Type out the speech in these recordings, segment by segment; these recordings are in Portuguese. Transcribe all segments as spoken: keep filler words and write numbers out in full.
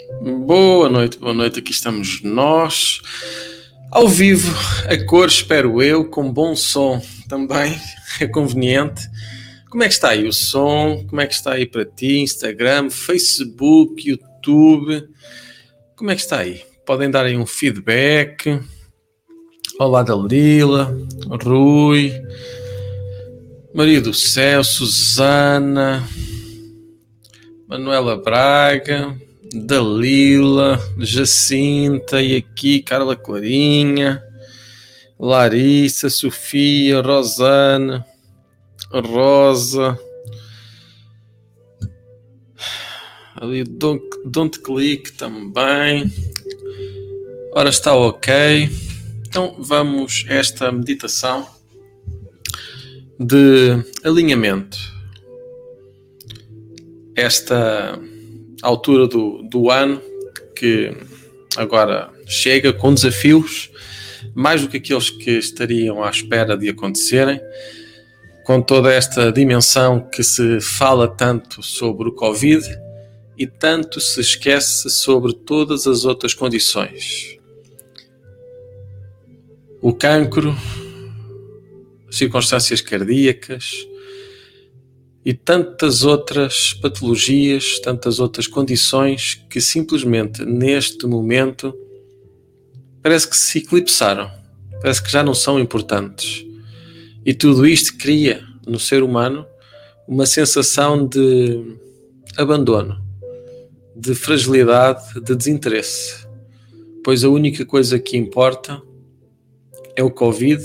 Boa noite, boa noite, aqui estamos nós, ao vivo, a cor, espero eu, com bom som também, é conveniente. Como é que está aí o som? Como é que está aí para ti? Instagram, Facebook, YouTube, como é que está aí? Podem dar aí um feedback. Olá Dalila, Rui, Maria do Céu, Susana, Manuela Braga, Dalila, Jacinta, e aqui Carla Clarinha, Larissa, Sofia, Rosana, Rosa, ali Don't, Don't Click também. Ora, está ok. Então vamos a esta meditação de alinhamento. Esta altura do, do ano que agora chega com desafios, mais do que aqueles que estariam à espera de acontecerem, com toda esta dimensão que se fala tanto sobre o Covid e tanto se esquece sobre todas as outras condições. O cancro, circunstâncias cardíacas e tantas outras patologias, tantas outras condições que simplesmente neste momento parece que se eclipsaram, parece que já não são importantes. E tudo isto cria no ser humano uma sensação de abandono, de fragilidade, de desinteresse, pois a única coisa que importa é o Covid,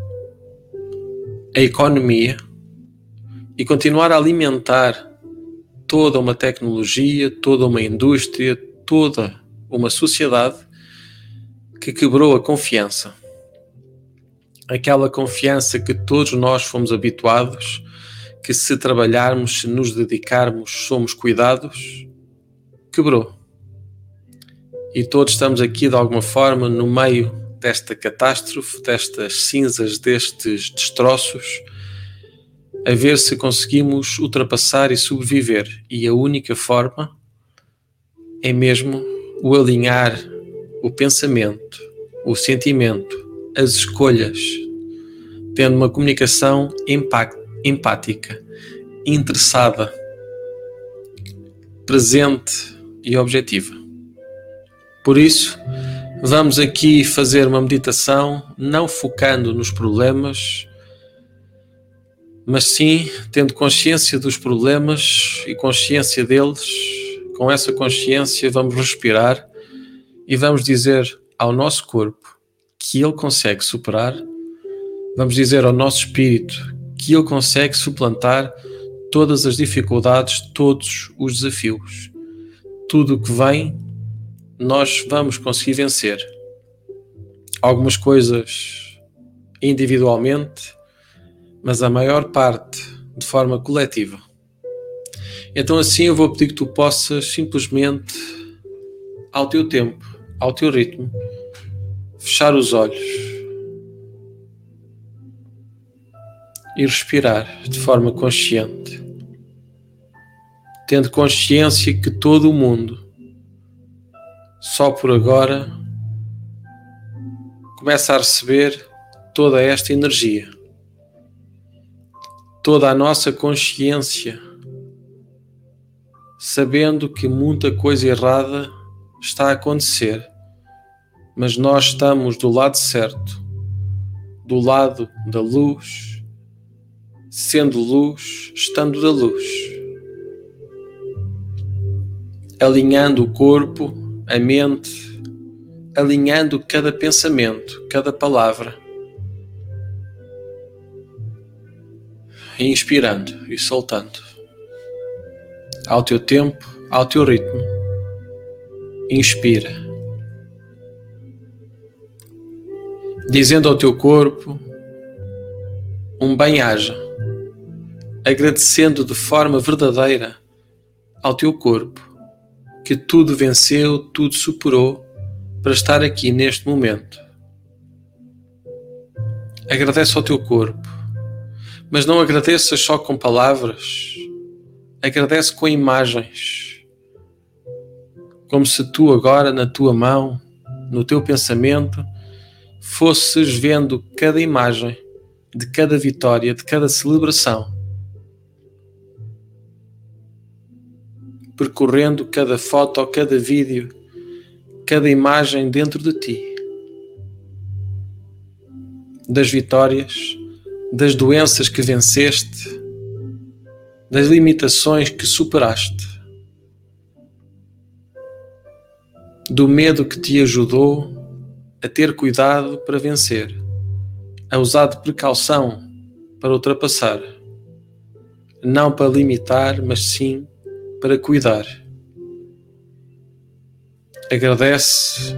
a economia e continuar a alimentar toda uma tecnologia, toda uma indústria, toda uma sociedade que quebrou a confiança. Aquela confiança que todos nós fomos habituados, que se trabalharmos, se nos dedicarmos, somos cuidados, quebrou. E todos estamos aqui de alguma forma no meio desta catástrofe, destas cinzas, destes destroços, a ver se conseguimos ultrapassar e sobreviver. E a única forma é mesmo o alinhar o pensamento, o sentimento, as escolhas, tendo uma comunicação empática, interessada, presente e objetiva. Por isso, vamos aqui fazer uma meditação não focando nos problemas, mas sim tendo consciência dos problemas e consciência deles. Com essa consciência vamos respirar e vamos dizer ao nosso corpo que ele consegue superar, vamos dizer ao nosso espírito que ele consegue suplantar todas as dificuldades, todos os desafios. Tudo o que vem, nós vamos conseguir vencer. Algumas coisas individualmente, mas a maior parte de forma coletiva. Então assim eu vou pedir que tu possas simplesmente, ao teu tempo, ao teu ritmo, fechar os olhos e respirar de forma consciente, tendo consciência que todo o mundo, só por agora, começa a receber toda esta energia, toda a nossa consciência, sabendo que muita coisa errada está a acontecer, mas nós estamos do lado certo, do lado da luz, sendo luz, estando da luz, alinhando o corpo, a mente, alinhando cada pensamento, cada palavra, inspirando e soltando, ao teu tempo, ao teu ritmo. Inspira, dizendo ao teu corpo um bem-aja, agradecendo de forma verdadeira ao teu corpo que tudo venceu, tudo superou para estar aqui neste momento. Agradece ao teu corpo, mas não agradeças só com palavras, agradece com imagens, Como se tu agora, na tua mão, no teu pensamento, fosses vendo cada imagem de cada vitória, de cada celebração, percorrendo cada foto, cada vídeo, cada imagem dentro de ti, das vitórias, das doenças que venceste, das limitações que superaste, do medo que te ajudou a ter cuidado para vencer, a usar de precaução para ultrapassar, não para limitar, mas sim para cuidar. Agradece,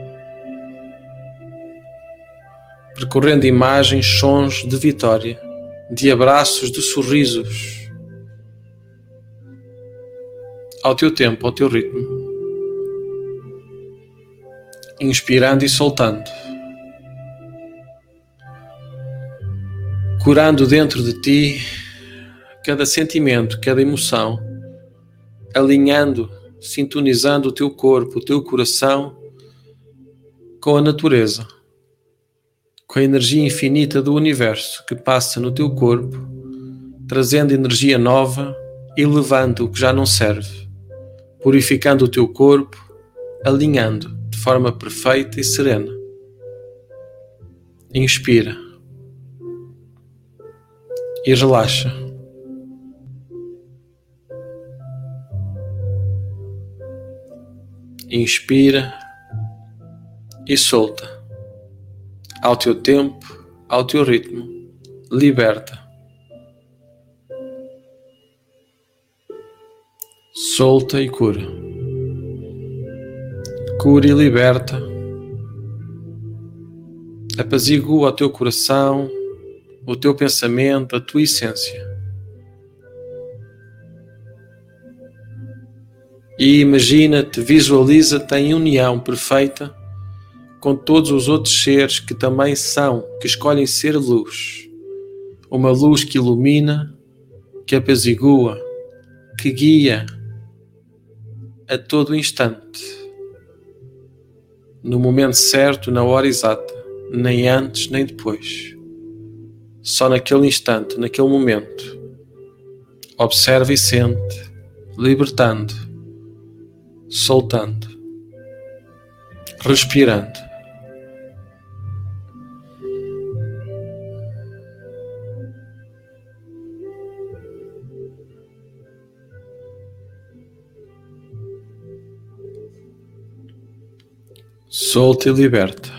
percorrendo imagens, sons de vitória, de abraços, de sorrisos, ao teu tempo, ao teu ritmo. Inspirando e soltando. Curando dentro de ti cada sentimento, cada emoção, alinhando, sintonizando o teu corpo, o teu coração com a natureza, com a energia infinita do universo que passa no teu corpo, trazendo energia nova e levando o que já não serve, purificando o teu corpo, alinhando de forma perfeita e serena. Inspira e relaxa. Inspira e solta. Ao teu tempo, ao teu ritmo. Liberta. Solta e cura. Cura e liberta. Apazigua o teu coração, o teu pensamento, a tua essência. E imagina-te, visualiza-te em união perfeita com todos os outros seres que também são, que escolhem ser luz. Uma luz que ilumina, que apazigua, que guia a todo instante. No momento certo, na hora exata, nem antes nem depois. Só naquele instante, naquele momento. Observa e sente, libertando, soltando, respirando. Solta e liberta.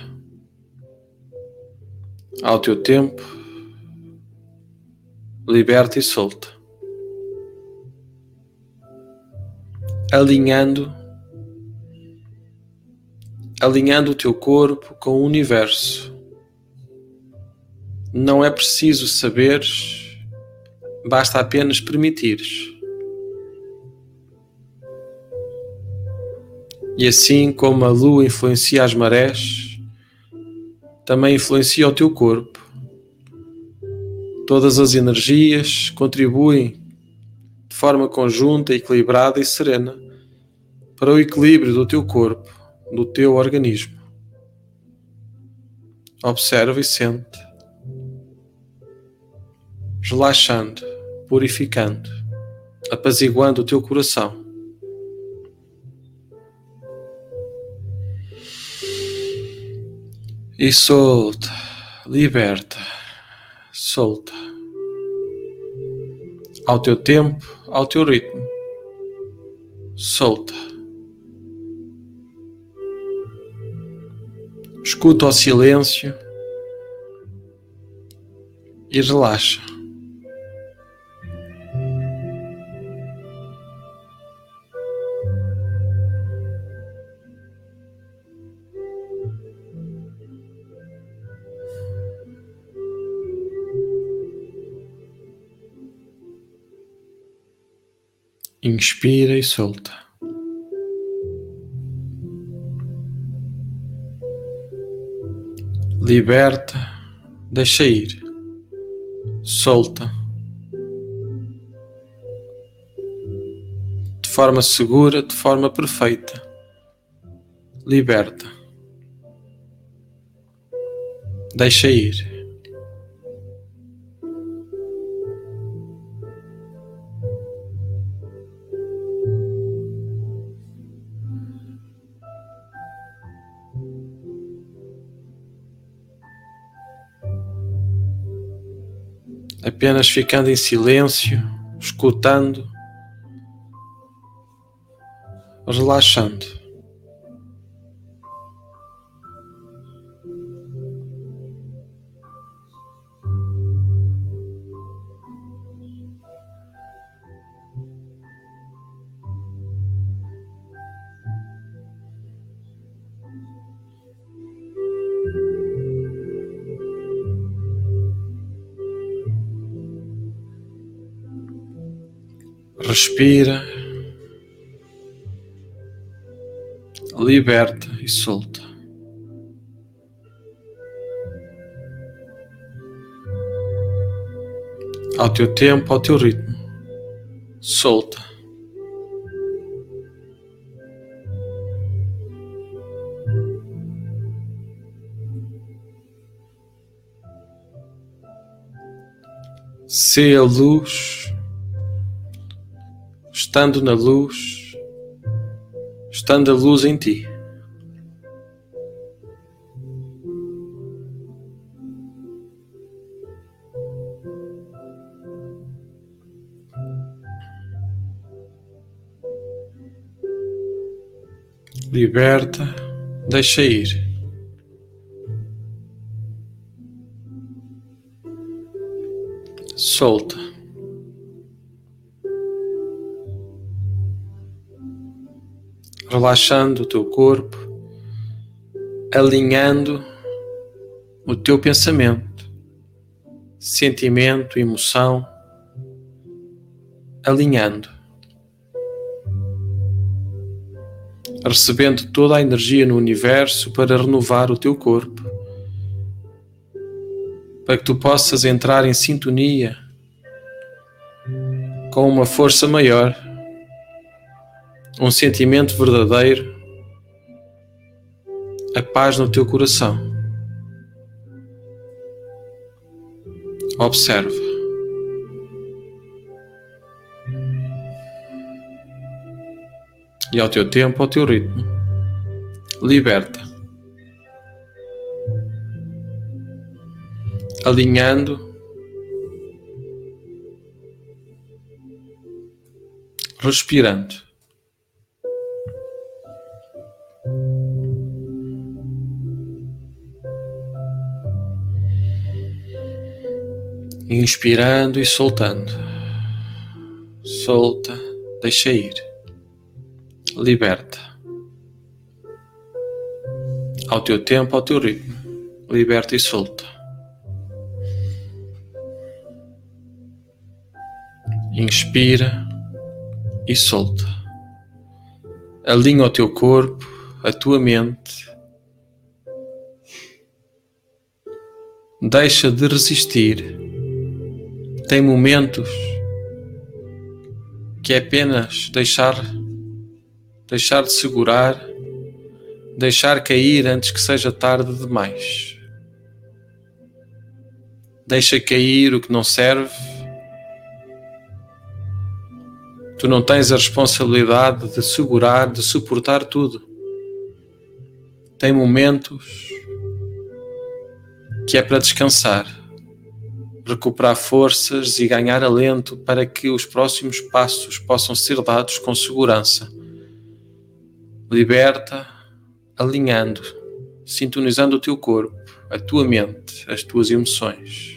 Ao teu tempo, liberta e solta. Alinhando, alinhando o teu corpo com o universo. Não é preciso saberes, basta apenas permitires. E assim como a lua influencia as marés, também influencia o teu corpo. Todas as energias contribuem de forma conjunta, equilibrada e serena para o equilíbrio do teu corpo, do teu organismo. Observa e sente, relaxando, purificando, apaziguando o teu coração. E solta, liberta, solta. Ao teu tempo, ao teu ritmo. Solta. Escuta o silêncio e relaxa. Inspira e solta. Liberta, deixa ir. Solta. De forma segura, de forma perfeita. Liberta. Deixa ir. Apenas ficando em silêncio, escutando, relaxando. Respira, liberta e solta. Ao teu tempo, ao teu ritmo. Solta. Sê a luz, estando na luz, estando a luz em ti. Liberta, deixa ir. Solta. Relaxando o teu corpo, alinhando o teu pensamento, sentimento, emoção, alinhando. Recebendo toda a energia no universo para renovar o teu corpo, para que tu possas entrar em sintonia com uma força maior, um sentimento verdadeiro, a paz no teu coração. Observa. E ao teu tempo, ao teu ritmo, liberta. Alinhando, respirando. Inspirando e soltando. Solta, deixa ir. Liberta. Ao teu tempo, ao teu ritmo. Liberta e solta. Inspira e solta. Alinha o teu corpo, a tua mente. Deixa de resistir. Tem momentos que é apenas deixar, deixar de segurar, deixar cair antes que seja tarde demais. Deixa cair o que não serve. Tu não tens a responsabilidade de segurar, de suportar tudo. Tem momentos que é para descansar, recuperar forças e ganhar alento para que os próximos passos possam ser dados com segurança. Liberta, alinhando, sintonizando o teu corpo, a tua mente, as tuas emoções.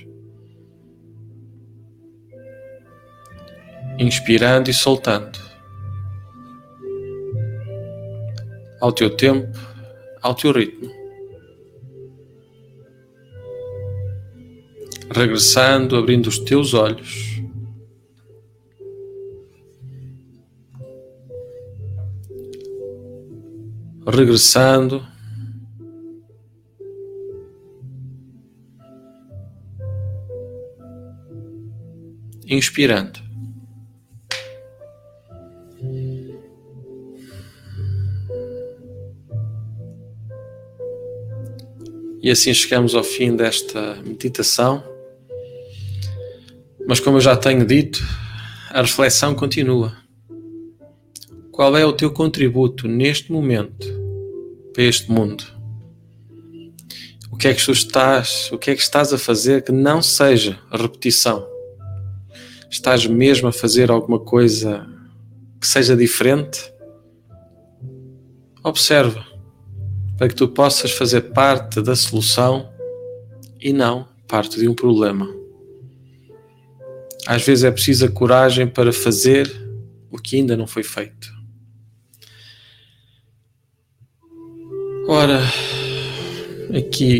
Inspirando e soltando. Ao teu tempo, ao teu ritmo. Regressando, abrindo os teus olhos. Regressando. Inspirando. E assim chegamos ao fim desta meditação. Mas como eu já tenho dito, a reflexão continua. Qual é o teu contributo neste momento para este mundo? O que é que tu estás, o que é que estás a fazer que não seja a repetição? Estás mesmo a fazer alguma coisa que seja diferente? Observa, para que tu possas fazer parte da solução e não parte de um problema. Às vezes é preciso a coragem para fazer o que ainda não foi feito. Ora, aqui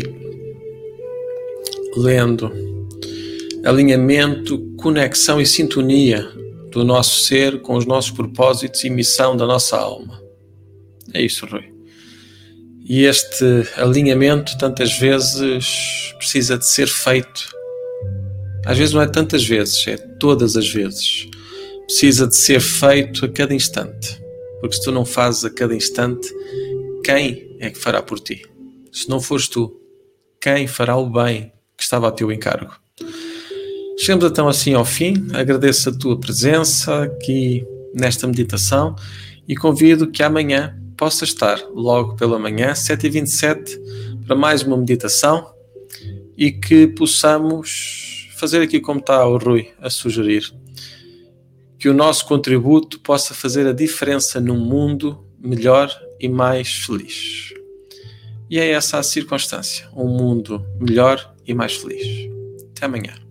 lendo alinhamento, conexão e sintonia do nosso ser com os nossos propósitos e missão da nossa alma. É isso, Rui. E este alinhamento tantas vezes precisa de ser feito. Às vezes não é tantas vezes, é todas as vezes. Precisa de ser feito a cada instante. Porque se tu não fazes a cada instante, quem é que fará por ti? Se não fores tu, quem fará o bem que estava a teu encargo? Chegamos então assim ao fim. Agradeço a tua presença aqui nesta meditação e convido que amanhã possa estar logo pela manhã, sete e vinte e sete, para mais uma meditação e que possamos fazer aqui como está o Rui a sugerir. Que o nosso contributo possa fazer a diferença num mundo melhor e mais feliz. E é essa a circunstância, um mundo melhor e mais feliz. Até amanhã.